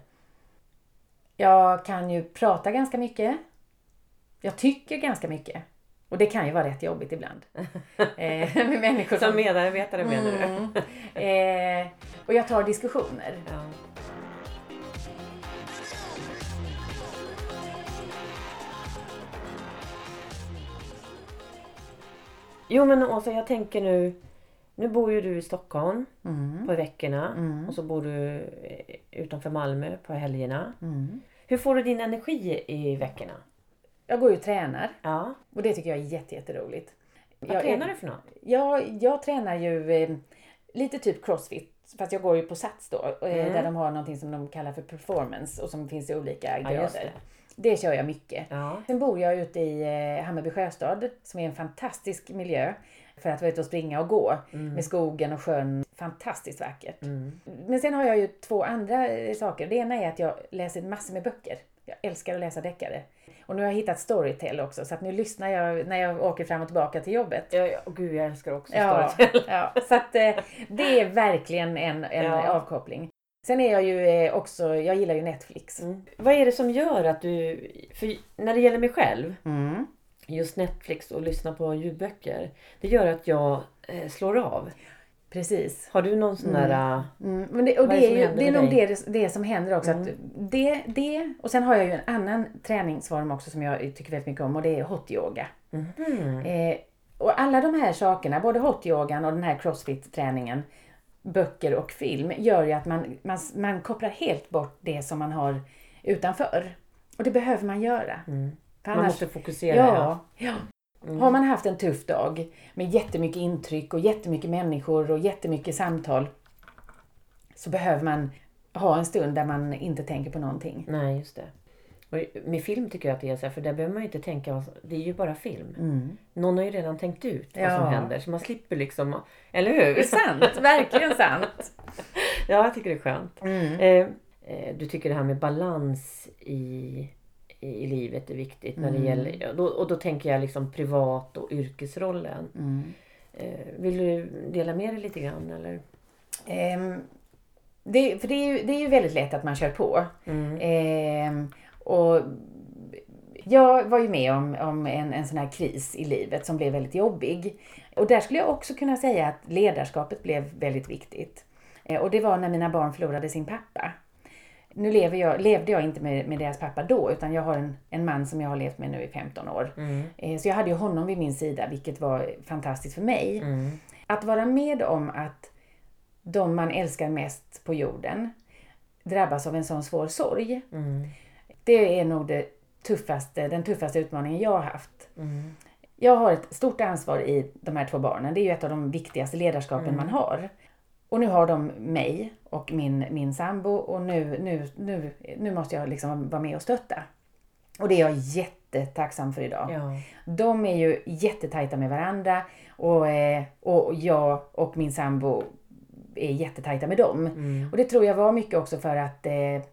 Speaker 2: Jag kan ju prata ganska mycket. Jag tycker ganska mycket. Och det kan ju vara rätt jobbigt ibland. eh, med människor
Speaker 1: Som
Speaker 2: som...
Speaker 1: medarbetare menar du?
Speaker 2: Mm. Eh, och jag tar diskussioner.
Speaker 1: Ja. Jo, men alltså jag tänker nu, nu bor ju du i Stockholm
Speaker 2: Mm.
Speaker 1: på veckorna
Speaker 2: Mm.
Speaker 1: och så bor du eh, utanför Malmö på helgerna.
Speaker 2: Mm.
Speaker 1: Hur får du din energi i veckorna?
Speaker 2: Jag går ju och tränar.
Speaker 1: Ja.
Speaker 2: Och det tycker jag är jätte, jätteroligt.
Speaker 1: Vad
Speaker 2: jag
Speaker 1: tränar
Speaker 2: är,
Speaker 1: du för något?
Speaker 2: jag, jag tränar ju eh, lite typ crossfit. Fast jag går ju på Sats då. Eh,
Speaker 1: Mm.
Speaker 2: Där de har någonting som de kallar för performance. Och som finns i olika
Speaker 1: Ja,
Speaker 2: grader.
Speaker 1: just det.
Speaker 2: Det kör jag mycket.
Speaker 1: Ja.
Speaker 2: Sen bor jag ute i eh, Hammarby Sjöstad. Som är en fantastisk miljö. För att vara ute och springa och gå.
Speaker 1: Mm.
Speaker 2: Med skogen och sjön. Fantastiskt vackert.
Speaker 1: Mm.
Speaker 2: Men sen har jag ju två andra eh, saker. Det ena är att jag läser massor med böcker. Jag älskar att läsa deckare. Och nu har jag hittat Storytel också. Så att nu lyssnar jag när jag åker fram och tillbaka till jobbet.
Speaker 1: Ja, ja. Oh, gud, jag älskar också
Speaker 2: Ja,
Speaker 1: Storytel.
Speaker 2: ja. Så att eh, det är verkligen en, en
Speaker 1: Ja.
Speaker 2: avkoppling. Sen är jag ju eh, också, jag gillar ju Netflix.
Speaker 1: Mm. Vad är det som gör att du, för när det gäller mig själv,
Speaker 2: Mm.
Speaker 1: just Netflix och lyssna på ljudböcker, det gör att jag eh, slår av.
Speaker 2: Precis.
Speaker 1: Har du någon sån
Speaker 2: Mm.
Speaker 1: där... äh,
Speaker 2: Mm. Men det, och
Speaker 1: Vad är
Speaker 2: det
Speaker 1: det
Speaker 2: är,
Speaker 1: som
Speaker 2: ju,
Speaker 1: händer
Speaker 2: det är
Speaker 1: med
Speaker 2: nog
Speaker 1: dig?
Speaker 2: det, det som händer också.
Speaker 1: Mm.
Speaker 2: Att det, det, och sen har jag ju en annan träningsform också som jag tycker väldigt mycket om. Och det är hot yoga.
Speaker 1: Mhm.
Speaker 2: Eh, och alla de här sakerna, både hot yogan och den här crossfit-träningen, böcker och film, gör ju att man, man, man kopplar helt bort det som man har utanför. Och det behöver man göra.
Speaker 1: Mm.
Speaker 2: För
Speaker 1: Man
Speaker 2: annars,
Speaker 1: måste fokusera.
Speaker 2: ja, ja.
Speaker 1: Mm.
Speaker 2: Har man haft en tuff dag med jättemycket intryck och jättemycket människor och jättemycket samtal, så behöver man ha en stund där man inte tänker på någonting.
Speaker 1: Nej, just det. Och med film tycker jag att det är så här, för där behöver man ju inte tänka, vad som- det är ju bara film.
Speaker 2: Mm.
Speaker 1: Någon har ju redan tänkt ut vad
Speaker 2: Ja.
Speaker 1: som händer, så man slipper liksom, eller hur?
Speaker 2: Det är sant, verkligen sant.
Speaker 1: Ja, jag tycker det är skönt.
Speaker 2: Mm.
Speaker 1: Eh, eh, du tycker det här med balans i, i, i livet är viktigt när det
Speaker 2: Mm.
Speaker 1: gäller, då, och då tänker jag liksom privat och yrkesrollen.
Speaker 2: Mm.
Speaker 1: Eh, vill du dela med dig lite grann eller?
Speaker 2: Ehm, det, för det är, ju, det är ju väldigt lätt att man kör på.
Speaker 1: Mm.
Speaker 2: Ehm, och jag var ju med om, om en, en sån här kris i livet som blev väldigt jobbig. Och där skulle jag också kunna säga att ledarskapet blev väldigt viktigt. Eh, och det var när mina barn förlorade sin pappa. Nu lever jag, levde jag inte med, med deras pappa då, utan jag har en, en man som jag har levt med nu i femton år.
Speaker 1: Mm.
Speaker 2: Eh, så jag hade ju honom vid min sida, vilket var fantastiskt för mig.
Speaker 1: Mm.
Speaker 2: Att vara med om att de man älskar mest på jorden drabbas av en sån svår sorg.
Speaker 1: Mm.
Speaker 2: Det är nog det tuffaste, den tuffaste utmaningen jag har haft.
Speaker 1: Mm.
Speaker 2: Jag har ett stort ansvar i de här två barnen. Det är ju ett av de viktigaste ledarskapen
Speaker 1: Mm.
Speaker 2: man har. Och nu har de mig och min, min sambo. Och nu, nu, nu, nu måste jag liksom vara med och stötta. Och det är jag jättetacksam för idag.
Speaker 1: Ja.
Speaker 2: De är ju jättetajta med varandra. Och, eh, och jag och min sambo är jättetajta med dem.
Speaker 1: Mm.
Speaker 2: Och det tror jag var mycket också för att eh,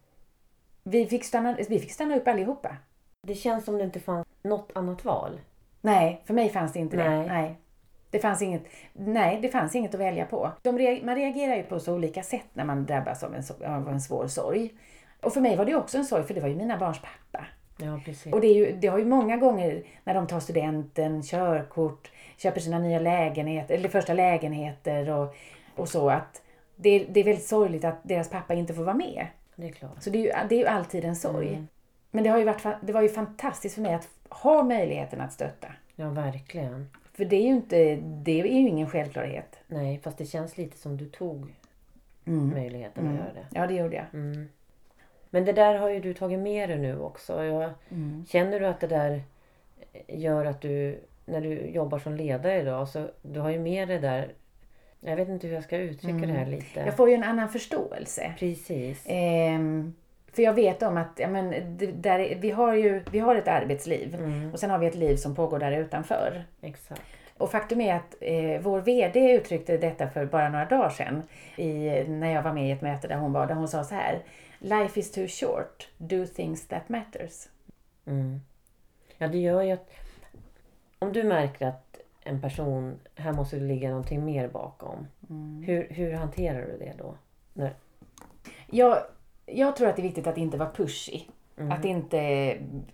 Speaker 2: vi, fick stanna, vi fick stanna upp allihopa.
Speaker 1: Det känns som det inte fanns något annat val.
Speaker 2: Nej, för mig fanns det inte
Speaker 1: Nej.
Speaker 2: det. Nej. Det fanns inget, nej, det fanns inget att välja på. De re, man reagerar ju på så olika sätt när man drabbas av en, av en svår sorg. Och för mig var det också en sorg, för det var ju mina barns pappa.
Speaker 1: Ja, precis.
Speaker 2: Och det, är ju, det har ju många gånger när de tar studenten, körkort, köper sina nya lägenheter, eller första lägenheter och, och så, att det, det är väldigt sorgligt att deras pappa inte får vara med.
Speaker 1: Det är klart.
Speaker 2: Så det är ju, det är ju alltid en sorg.
Speaker 1: Mm.
Speaker 2: Men det, har ju varit, det var ju fantastiskt för mig att ha möjligheten att stötta.
Speaker 1: Ja, verkligen.
Speaker 2: För det är ju inte, det är ju ingen självklarhet.
Speaker 1: Nej, fast det känns lite som du tog
Speaker 2: Mm.
Speaker 1: möjligheten
Speaker 2: Mm.
Speaker 1: att göra det.
Speaker 2: Ja, det gjorde jag.
Speaker 1: Mm. Men det där har ju du tagit med dig nu också. Jag,
Speaker 2: Mm.
Speaker 1: Känner du att det där gör att du, när du jobbar som ledare idag, så du har ju med dig där, jag vet inte hur jag ska uttrycka
Speaker 2: Mm.
Speaker 1: det här lite.
Speaker 2: Jag får ju en annan förståelse.
Speaker 1: Precis.
Speaker 2: Ehm, för jag vet om att ja, men, det, där, är- vi, har ju, vi har ett arbetsliv.
Speaker 1: Mm.
Speaker 2: Och sen har vi ett liv som pågår där utanför.
Speaker 1: Exakt.
Speaker 2: Och faktum är att eh, vår vd uttryckte detta för bara några dagar sedan. I, när jag var med i ett möte där hon var. Där hon sa så här: Life is too short. Do things that matters.
Speaker 1: Mm. Ja, det gör ju att om du märker att en person, här måste det ligga någonting mer bakom.
Speaker 2: Mm.
Speaker 1: Hur, hur hanterar du det då? När,
Speaker 2: Jag, jag tror att det är viktigt att inte vara pushy.
Speaker 1: Mm.
Speaker 2: Att inte...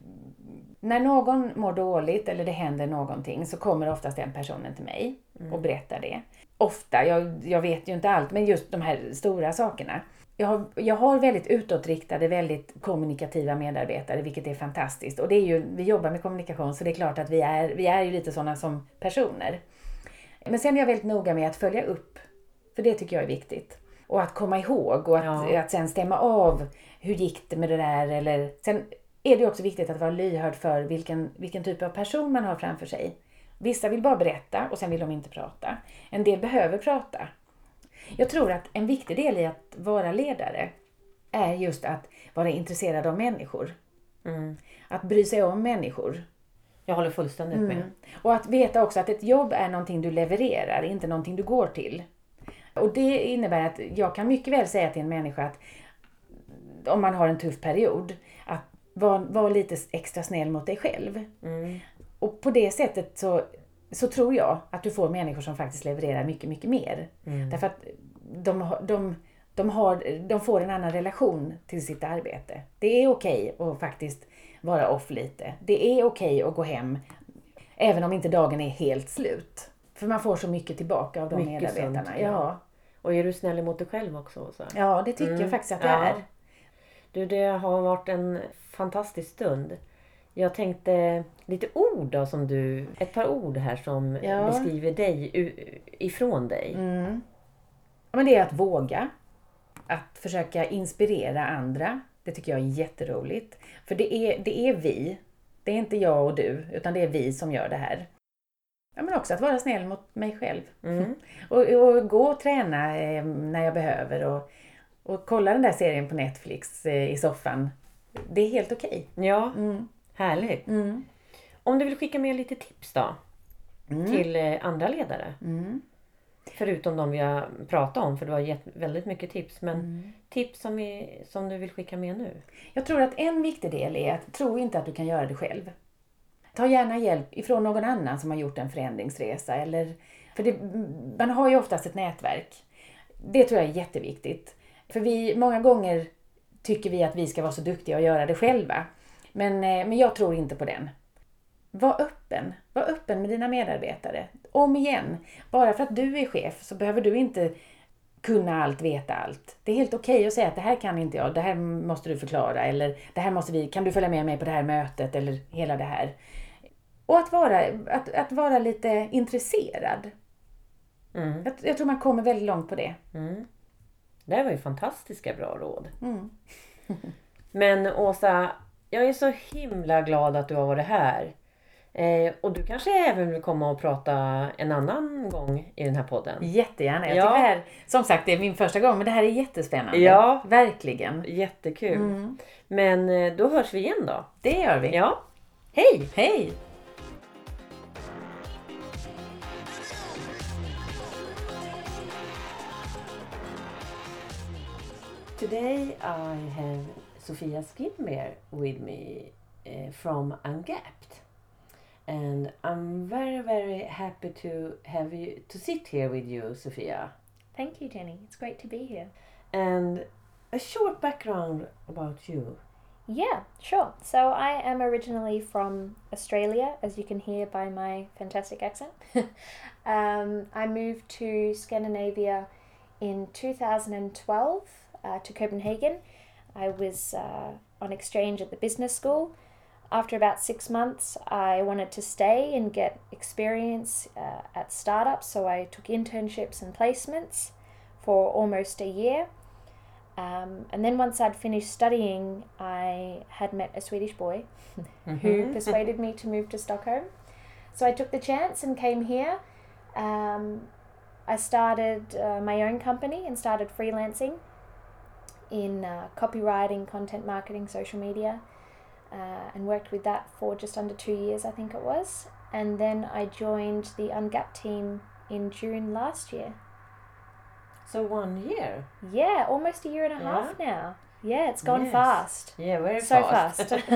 Speaker 2: När någon mår dåligt eller det händer någonting så kommer oftast den personen till mig och berättar det. Ofta, jag, jag vet ju inte allt, men just de här stora sakerna. Jag har, jag har väldigt utåtriktade, väldigt kommunikativa medarbetare, vilket är fantastiskt. Och det är ju, vi jobbar med kommunikation, så det är klart att vi är, vi är ju lite sådana som personer. Men sen är jag väldigt noga med att följa upp, för det tycker jag är viktigt. Och att komma ihåg och att,
Speaker 1: Ja.
Speaker 2: att sen stämma av, hur gick det med det där? Eller, sen är det också viktigt att vara lyhörd för vilken, vilken typ av person man har framför sig. Vissa vill bara berätta och sen vill de inte prata. En del behöver prata. Jag tror att en viktig del i att vara ledare är just att vara intresserad av människor.
Speaker 1: mm.
Speaker 2: Att bry sig om människor.
Speaker 1: Jag håller fullständigt med.
Speaker 2: Mm. Och att veta också att ett jobb är någonting du levererar, inte någonting du går till. Och det innebär att jag kan mycket väl säga till en människa att om man har en tuff period, att vara var lite extra snäll mot dig själv.
Speaker 1: Mm.
Speaker 2: Och på det sättet så, så tror jag att du får människor som faktiskt levererar mycket, mycket mer.
Speaker 1: Mm.
Speaker 2: Därför att de, har- de, de, har, de får en annan relation till sitt arbete. Det är okej att faktiskt vara off lite. Det är okej att gå hem även om inte dagen är helt slut. För man får så mycket tillbaka av de
Speaker 1: Mycket
Speaker 2: medarbetarna.
Speaker 1: sunt, ja.
Speaker 2: ja.
Speaker 1: Och är du snäll mot dig själv också? Så?
Speaker 2: ja, det tycker
Speaker 1: Mm.
Speaker 2: jag faktiskt att det
Speaker 1: Ja.
Speaker 2: är.
Speaker 1: Du, det har varit en fantastisk stund. Jag tänkte lite ord då som du, ett par ord här som
Speaker 2: Ja.
Speaker 1: beskriver dig u- ifrån dig.
Speaker 2: Mm. Ja, men det är att våga. Att försöka inspirera andra. Det tycker jag är jätteroligt. För det är, det är vi. Det är inte jag och du, utan det är vi som gör det här. Ja, men också att vara snäll mot mig själv.
Speaker 1: Mm.
Speaker 2: Och, och gå och träna eh, när jag behöver. Och, och kolla den där serien på Netflix eh, i soffan. Det är helt okej.
Speaker 1: Ja,
Speaker 2: Mm.
Speaker 1: härligt.
Speaker 2: Mm.
Speaker 1: Om du vill skicka med lite tips då
Speaker 2: Mm.
Speaker 1: till eh, andra ledare.
Speaker 2: Mm.
Speaker 1: Förutom de vi har pratat om, för du har gett väldigt mycket tips. Men
Speaker 2: Mm.
Speaker 1: tips som, vi, som du vill skicka med nu.
Speaker 2: Jag tror att en viktig del är att tro inte att du kan göra det själv. Ta gärna hjälp ifrån någon annan som har gjort en förändringsresa. Eller, för det, man har ju oftast ett nätverk. Det tror jag är jätteviktigt. För vi, många gånger tycker vi att vi ska vara så duktiga och göra det själva. Men, eh, men jag tror inte på den. Var öppen. Var öppen med dina medarbetare. Om igen. Bara för att du är chef så behöver du inte kunna allt, veta allt. Det är helt okej okay att säga att det här kan inte jag, det här måste du förklara, eller det här måste vi, kan du följa med mig på det här mötet, eller hela det här. Och att vara, att, att vara lite intresserad. Mm. Jag, jag tror man kommer väldigt långt på det.
Speaker 1: Mm. Det var ju fantastiska bra råd. Mm. Men Åsa, jag är så himla glad att du har varit här. Eh, och du kanske även vill komma och prata en annan gång i den här podden?
Speaker 2: Jättegärna. Jag ja. tycker det här, som sagt, det är min första gång, men det här är jättespännande.
Speaker 1: Ja,
Speaker 2: verkligen.
Speaker 1: Jättekul. Mm. Men eh, då hörs vi igen då.
Speaker 2: Det gör vi.
Speaker 1: Ja. Hej!
Speaker 2: Hej!
Speaker 1: Today I have Sofia Skidmore with me uh, from Ungapped. And I'm very, very happy to have you to sit here with you, Sofia.
Speaker 3: Thank you, Jenny. It's great to be here.
Speaker 1: And a short background about you.
Speaker 3: Yeah, sure. So I am originally from Australia, as you can hear by my fantastic accent. um, I moved to Scandinavia in two thousand twelve uh, to Copenhagen. I was uh, on exchange at the business school. After about six months, I wanted to stay and get experience uh, at startups, so I took internships and placements for almost a year. Um, and then once I'd finished studying, I had met a Swedish boy mm-hmm. who persuaded me to move to Stockholm. So I took the chance and came here. Um, I started uh, my own company and started freelancing in uh, copywriting, content marketing, social media. Uh, and worked with that for just under two years, I think it was. And then I joined the Ungapped team in June last year.
Speaker 1: So one year?
Speaker 3: Yeah, almost a year and a yeah. half now. Yeah, it's gone
Speaker 1: yes.
Speaker 3: fast.
Speaker 1: Yeah, very
Speaker 3: so
Speaker 1: fast.
Speaker 3: fast.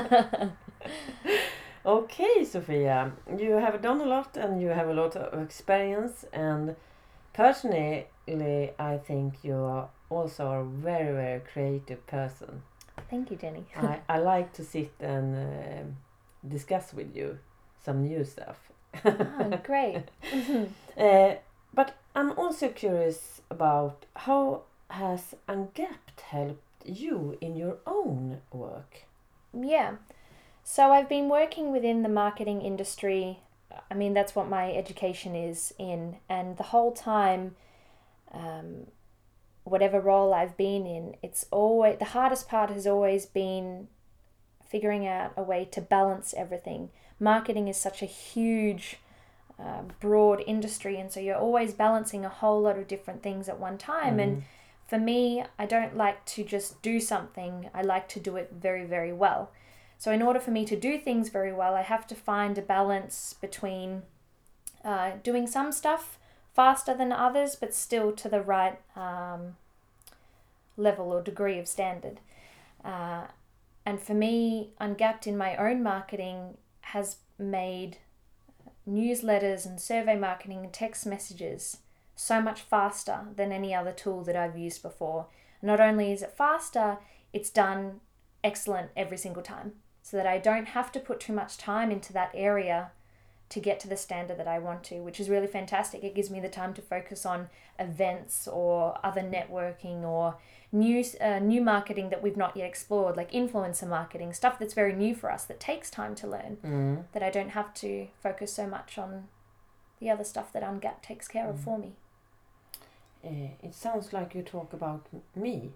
Speaker 1: Okay, Sofia, you have done a lot and you have a lot of experience, and personally, I think you are also a very, very creative person.
Speaker 3: Thank you, Jenny.
Speaker 1: I, I like to sit and uh, discuss with you some new stuff.
Speaker 3: Oh, great.
Speaker 1: uh, but I'm also curious about how has Ungapped helped you in your own work?
Speaker 3: Yeah. So I've been working within the marketing industry. I mean, that's what my education is in. And the whole time, um, whatever role I've been in, it's always, the hardest part has always been figuring out a way to balance everything. Marketing is such a huge, uh, broad industry, and so you're always balancing a whole lot of different things at one time. Mm. And for me, I don't like to just do something. I like to do it very, very well. So in order for me to do things very well, I have to find a balance between uh, doing some stuff faster than others, but still to the right um, level or degree of standard. Uh, and for me, Ungapped in my own marketing has made newsletters and survey marketing and text messages so much faster than any other tool that I've used before. Not only is it faster, it's done excellent every single time, so that I don't have to put too much time into that area to get to the standard that I want to, which is really fantastic. It gives me the time to focus on events or other networking or new uh, new marketing that we've not yet explored, like influencer marketing, stuff that's very new for us that takes time to learn, mm. that I don't have to focus so much on the other stuff that Ungapped takes care mm. of for me.
Speaker 1: Uh, it sounds like you talk about me.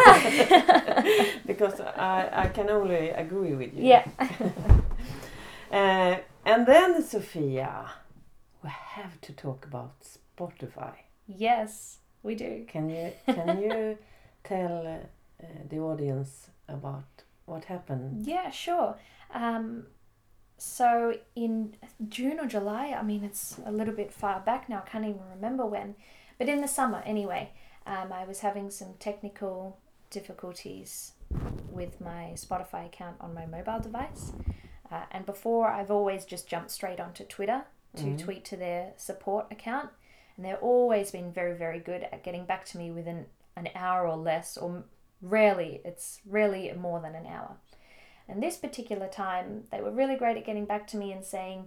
Speaker 1: Because I, I can only agree with you.
Speaker 3: Yeah.
Speaker 1: uh, and then, Sofia, we have to talk about Spotify.
Speaker 3: Yes, we do.
Speaker 1: Can you can you tell uh, the audience about what happened?
Speaker 3: Yeah, sure. Um, so in June or July, I mean, it's a little bit far back now. I can't even remember when. But in the summer, anyway, um, I was having some technical difficulties with my Spotify account on my mobile device. Uh, and before, I've always just jumped straight onto Twitter to mm-hmm. tweet to their support account. And they've always been very, very good at getting back to me within an hour or less, or rarely, it's rarely more than an hour. And this particular time, they were really great at getting back to me and saying,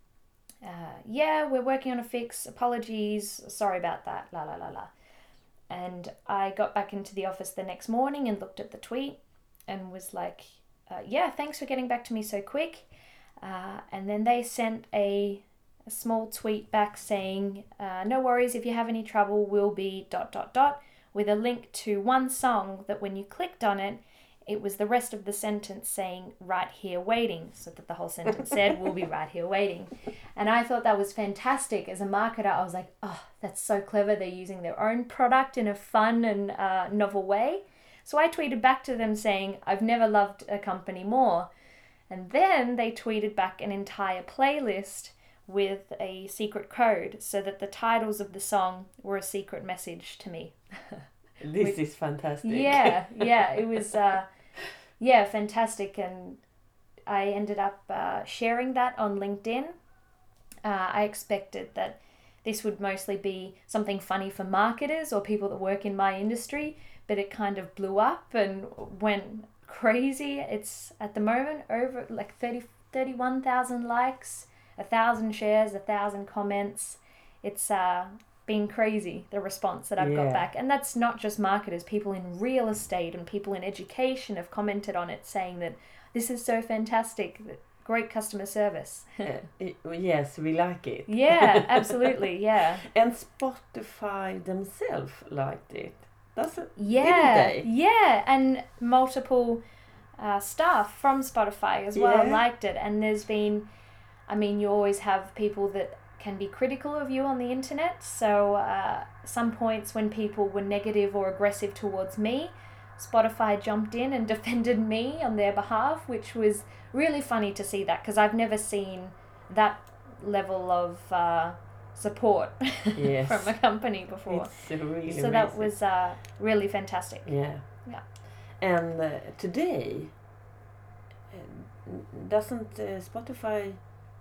Speaker 3: Uh, yeah, we're working on a fix, apologies, sorry about that, la la la la. And I got back into the office the next morning and looked at the tweet and was like, uh, yeah, thanks for getting back to me so quick. Uh, and then they sent a, a small tweet back saying, uh, no worries, if you have any trouble, we'll be dot dot dot, with a link to one song that when you clicked on it, it was the rest of the sentence saying right here waiting, so that the whole sentence said we'll be right here waiting. And I thought that was fantastic. As a marketer, I was like, oh, that's so clever. They're using their own product in a fun and uh, novel way. So I tweeted back to them saying, I've never loved a company more. And then they tweeted back an entire playlist with a secret code so that the titles of the song were a secret message to me.
Speaker 1: This
Speaker 3: With,
Speaker 1: is fantastic.
Speaker 3: Yeah, yeah, it was, uh, yeah, fantastic. And I ended up uh, sharing that on LinkedIn. Uh, I expected that this would mostly be something funny for marketers or people that work in my industry, but it kind of blew up and went crazy. It's at the moment over like thirty, thirty-one thousand likes, a thousand shares, a thousand comments. It's uh, been crazy, the response that I've
Speaker 1: Yeah.
Speaker 3: got back. And that's not just marketers. People in real estate and people in education have commented on it saying that this is so fantastic, great customer service.
Speaker 1: Uh, y- yes, we like it.
Speaker 3: Yeah, absolutely, yeah.
Speaker 1: And Spotify themselves liked it. Doesn't
Speaker 3: Yeah,
Speaker 1: didn't they?
Speaker 3: yeah, and multiple uh, staff from Spotify as well
Speaker 1: Yeah.
Speaker 3: liked it. And there's been, I mean, you always have people that can be critical of you on the internet. So uh, some points when people were negative or aggressive towards me, Spotify jumped in and defended me on their behalf, which was really funny to see that because I've never seen that level of uh, support
Speaker 1: Yes.
Speaker 3: from a company before.
Speaker 1: It's really
Speaker 3: So that
Speaker 1: amazing.
Speaker 3: was uh, really fantastic.
Speaker 1: Yeah.
Speaker 3: Yeah.
Speaker 1: And uh, today, uh, doesn't uh, Spotify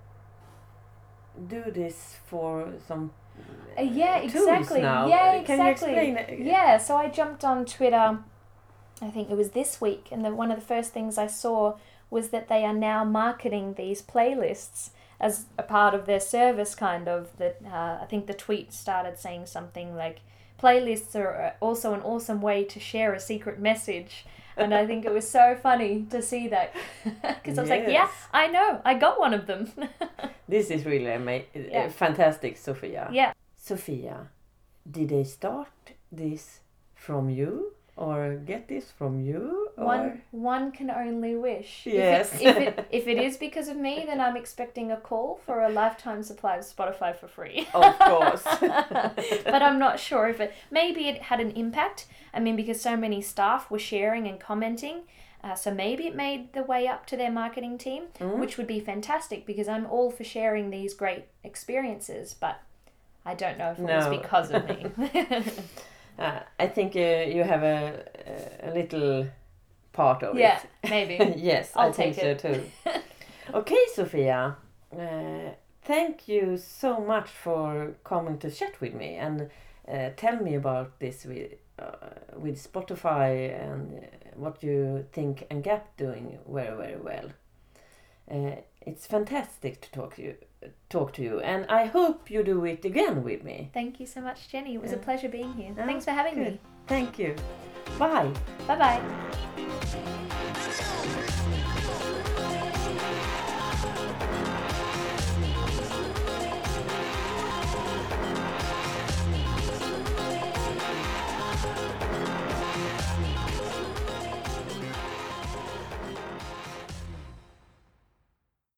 Speaker 1: do this for some
Speaker 3: Uh, yeah,
Speaker 1: tools
Speaker 3: exactly.
Speaker 1: now?
Speaker 3: Yeah,
Speaker 1: Can you
Speaker 3: exactly.
Speaker 1: explain it?
Speaker 3: Yeah, so I jumped on Twitter, I think it was this week, and the, one of the first things I saw was that they are now marketing these playlists as a part of their service, kind of. That uh, I think the tweet started saying something like, playlists are also an awesome way to share a secret message. And I think it was so funny to see that. Because I was like, yeah,
Speaker 1: Yes.
Speaker 3: I know, I got one of them.
Speaker 1: This is really ama-
Speaker 3: Yeah.
Speaker 1: uh, fantastic, Sofia.
Speaker 3: Yeah.
Speaker 1: Sofia, did they start this from you or get this from you? Or?
Speaker 3: One one can only wish.
Speaker 1: Yes.
Speaker 3: If it, if it if it is because of me, then I'm expecting a call for a lifetime supply of Spotify for free.
Speaker 1: Of course.
Speaker 3: But I'm not sure if it. Maybe it had an impact. I mean, because so many staff were sharing and commenting. Uh, so maybe it made the way up to their marketing team,
Speaker 1: Mm.
Speaker 3: which would be fantastic because I'm all for sharing these great experiences. But I don't know if it was
Speaker 1: No.
Speaker 3: because of me.
Speaker 1: Uh, I think uh, you have a, a little part of
Speaker 3: Yeah,
Speaker 1: it.
Speaker 3: maybe.
Speaker 1: Yes,
Speaker 3: I'll
Speaker 1: I think
Speaker 3: take
Speaker 1: so
Speaker 3: it.
Speaker 1: too. Okay, Sofia. Uh, thank you so much for coming to chat with me and uh, tell me about this with uh, with Spotify and uh, what you think and Gap doing very very well. Uh, it's fantastic to talk to you. Talk to you, and I hope you do it again with me.
Speaker 3: Thank you so much, Jenny. It was a
Speaker 1: Yeah.
Speaker 3: pleasure being here.
Speaker 1: Oh,
Speaker 3: Thanks for having
Speaker 1: good.
Speaker 3: me.
Speaker 1: Thank you. Bye.
Speaker 3: Bye bye.